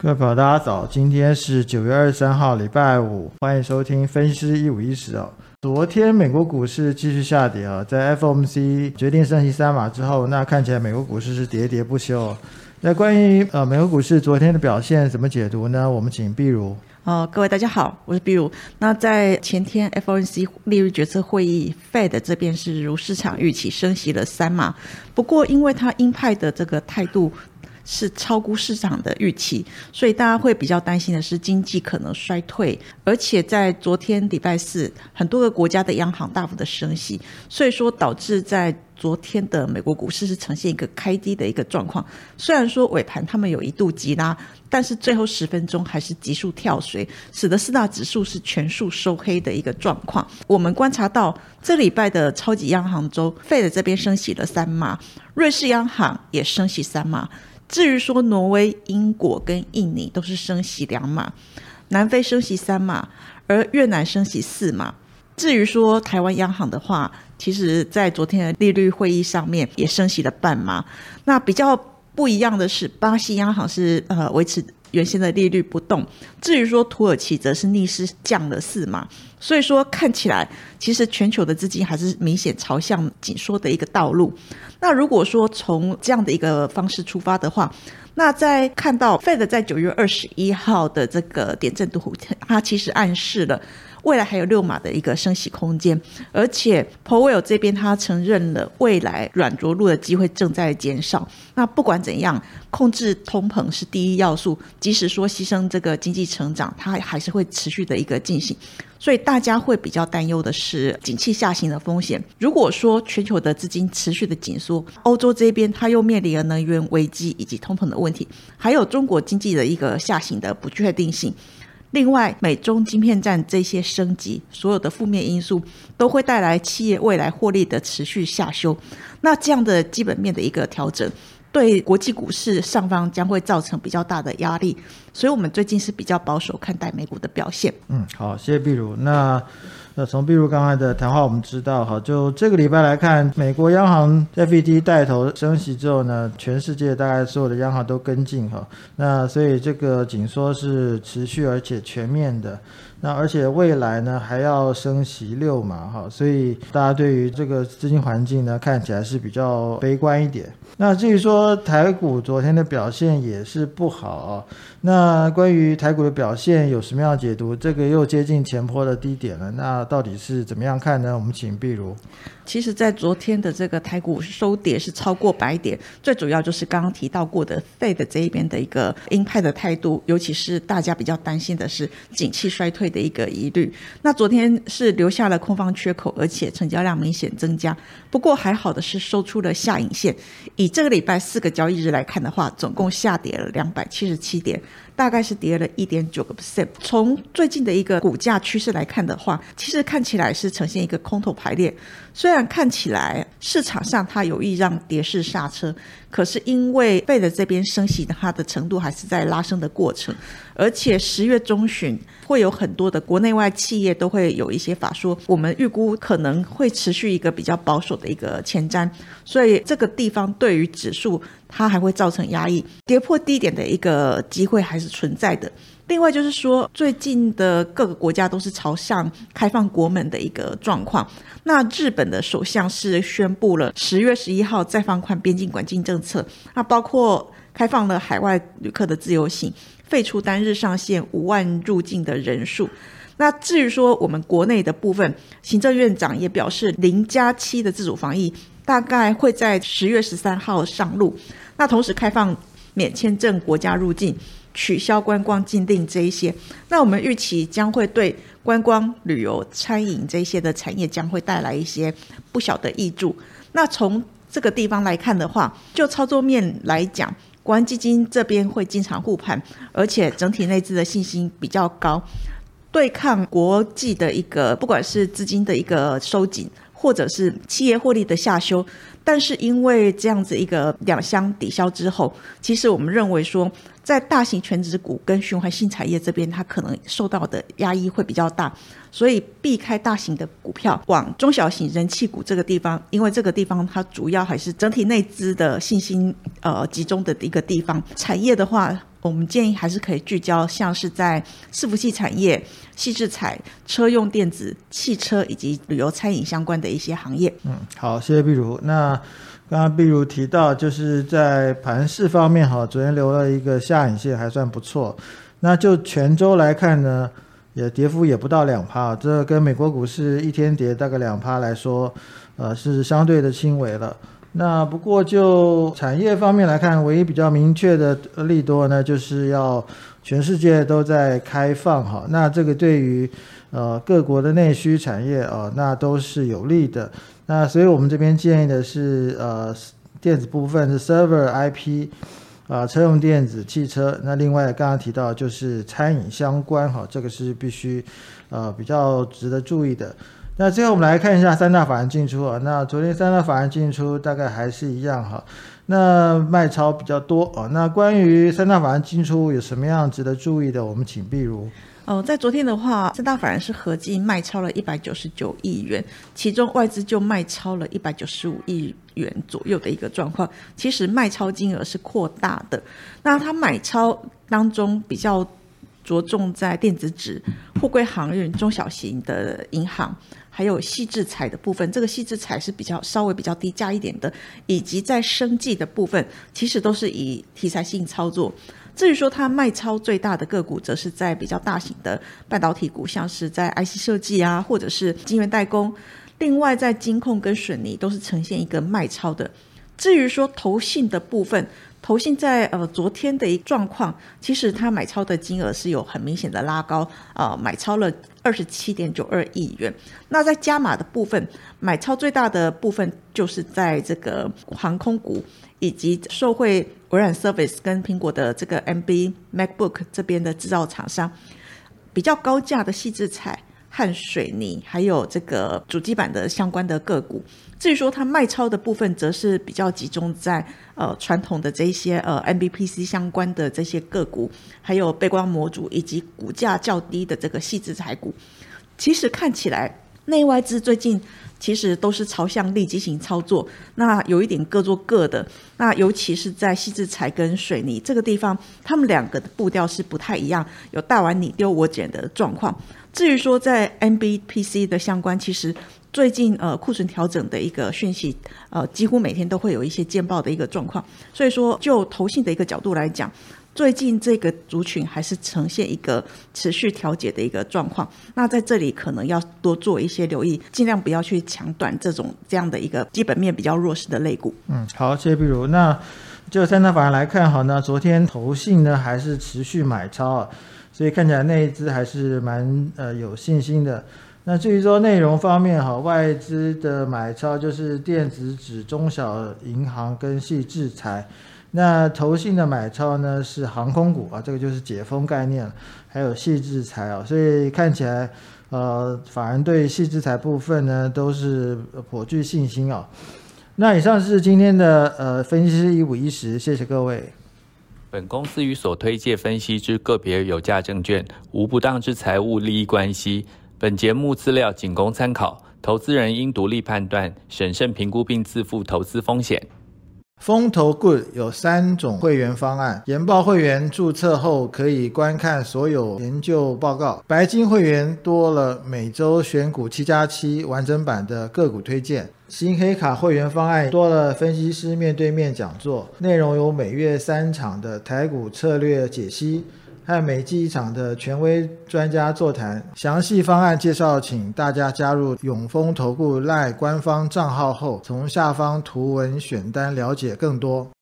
各位朋友大家早，今天是9月23号礼拜五，欢迎收听分析师1514哦。昨天美国股市继续下跌啊，在 FOMC 决定升息3码之后，那看起来美国股市是喋喋不休哦。那关于美国股市昨天的表现怎么解读呢？我们请碧如。 各位大家好，我是碧如。那在前天 FOMC 利率决策会议 Fed 这边是如市场预期升息了3码，不过因为它鹰派的这个态度是超估市场的预期，所以大家会比较担心的是经济可能衰退，而且在昨天礼拜四很多个国家的央行大幅的升息，所以说导致在昨天的美国股市是呈现一个开低的一个状况。虽然说尾盘他们有一度急拉，但是最后10分钟还是急速跳水，使得4大指数是全数收黑的一个状况。我们观察到这礼拜的超级央行周 Fed 这边升息了3码，瑞士央行也升息3码，至于说挪威、英国跟印尼都是升息2码，南非升息3码，而越南升息4码。至于说台湾央行的话，其实在昨天的利率会议上面也升息了半码。那比较不一样的是，巴西央行是维持原先的利率不动，至于说土耳其则是逆势降了4码。所以说看起来其实全球的资金还是明显朝向紧缩的一个道路。那如果说从这样的一个方式出发的话，那在看到 Fed 在9月21号的这个点阵图，它其实暗示了未来还有6码的一个升息空间，而且 Powell 这边他承认了未来软着陆的机会正在减少。那不管怎样，控制通膨是第一要素，即使说牺牲这个经济成长，它还是会持续的一个进行。所以大家会比较担忧的是景气下行的风险。如果说全球的资金持续的紧缩，欧洲这边它又面临了能源危机以及通膨的问题，还有中国经济的一个下行的不确定性。另外美中晶片战这些升级，所有的负面因素都会带来企业未来获利的持续下修。那这样的基本面的一个调整，对国际股市上方将会造成比较大的压力，所以我们最近是比较保守看待美股的表现。 好，谢谢碧如。那从碧如刚才的谈话我们知道，好，就这个礼拜来看，美国央行 FED 带头升息之后呢，全世界大概所有的央行都跟进哈。那所以这个紧缩是持续而且全面的。那而且未来呢还要升息6码哈，所以大家对于这个资金环境呢看起来是比较悲观一点。那至于说台股昨天的表现也是不好啊，那关于台股的表现有什么样的解读？这个又接近前波的低点了，那到底是怎么样看呢？我们请碧如。 其实在昨天的这个台股收跌是超过100点，最主要就是刚刚提到过的 Fed 这一边的一个鹰派的态度，尤其是大家比较担心的是景气衰退的一个疑虑。那昨天是留下了空方缺口，而且成交量明显增加，不过还好的是收出了下影线。以这个礼拜4个交易日来看的话，总共下跌了277点，大概是跌了 1.9%。 从最近的一个股价趋势来看的话，其实看起来是呈现一个空头排列，虽然看起来市场上它有意让跌势刹车，可是因为Fed这边升息它的程度还是在拉升的过程，而且10月中旬会有很多的国内外企业都会有一些法说，我们预估可能会持续一个比较保守的一个前瞻，所以这个地方对于指数它还会造成压抑，跌破低点的一个机会还是存在的。另外就是说，最近的各个国家都是朝向开放国门的一个状况。那日本的首相是宣布了10月11号再放宽边境管禁政策，那包括开放了海外旅客的自由行，废除单日上限5万入境的人数。那至于说我们国内的部分，行政院长也表示0+7的自主防疫大概会在10月13号上路，那同时开放免签证国家入境，取消观光禁令这一些，那我们预期将会对观光、旅游、餐饮这一些的产业将会带来一些不小的挹注。那从这个地方来看的话，就操作面来讲，国安基金这边会经常护盘，而且整体内资的信心比较高，对抗国际的一个不管是资金的一个收紧，或者是企业获利的下修。但是因为这样子一个两相抵消之后，其实我们认为说在大型全指股跟循环性产业这边，它可能受到的压抑会比较大，所以避开大型的股票，往中小型人气股这个地方，因为这个地方它主要还是整体内资的信心集中的一个地方。产业的话， 我们建议还是可以聚焦像是在伺服器产业、矽智财、车用电子、汽车以及旅游餐饮相关的一些行业。 好，谢谢碧如。那刚刚碧如提到，就是在盘势方面昨天留了一个下影线，还算不错。那就全周来看呢，也跌幅也不到 2%， 这跟美国股市一天跌大概 2% 来说，是相对的轻微了。那不过就产业方面来看，唯一比较明确的利多呢，就是要全世界都在开放那这个对于各国的内需产业那都是有利的。那所以我们这边建议的是电子部分是 server IP 车用电子、汽车。那另外刚刚提到就是餐饮相关这个是必须比较值得注意的。那最后我们来看一下三大法人进出那昨天三大法人进出大概还是一样那卖超比较多那关于三大法人进出有什么样值得注意的，我们请碧如。 在昨天的话，三大法人是合计卖超了199亿元，其中外资就卖超了195亿元左右的一个状况。其实卖超金额是扩大的，那它买超当中比较着重在电子纸、货柜航运、中小型的银行，还有矽智财的部分。这个矽智财是稍微比较低价一点的，以及在生技的部分，其实都是以题材性操作。至于说它卖超最大的个股，则是在比较大型的半导体股，像是在 IC 设计或者是晶圆代工。另外在金控跟水泥都是呈现一个卖超的。至于说投信的部分，投信在昨天的一个状况，其实它买超的金额是有很明显的拉高，买超了27.92亿元。那在加码的部分，买超最大的部分就是在这个航空股，以及受惠微软 Surface 跟苹果的这个 MB MacBook 这边的制造厂商，比较高价的矽智财和水泥，还有这个主机板的相关的个股。至于说它卖超的部分，则是比较集中在传统的这一些MBPC 相关的这些个股，还有背光模组以及股价较低的这个矽智财股。其实看起来内外资最近其实都是朝向利基型操作，那有一点各做各的。那尤其是在矽智财跟水泥这个地方，他们两个的步调是不太一样，有大碗你丢我捡的状况。至于说在 MBPC 的相关，其实最近库存调整的一个讯息，几乎每天都会有一些见报的一个状况。所以说就投信的一个角度来讲，最近这个族群还是呈现一个持续调节的一个状况。那在这里可能要多做一些留意，尽量不要去抢短这样的一个基本面比较弱势的类股。 好，谢谢碧如。那就三大法人来看那昨天投信呢还是持续买超所以看起来内资还是蛮有信心的。那至于说内容方面外资的买超就是电子纸、中小银行跟矽智财。那投信的买超呢是航空股这个就是解封概念，还有矽智财所以看起来法人对矽智财部分呢都是颇具信心那以上是今天的分析师1510，谢谢各位。 本公司与所推介分析之个别有价证券无不当之财务利益关系。本节目资料仅供参考，投资人应独立判断、审慎评估并自负投资风险。 风投 Good 有3种会员方案，研报会员注册后可以观看所有研究报告，白金会员多了每周选股7+7完整版的个股推荐，新黑卡会员方案多了分析师面对面讲座，内容有每月3场的台股策略解析和每季1场的权威专家座谈。详细方案介绍请大家加入永丰投顾 LINE 官方账号后，从下方图文选单了解更多。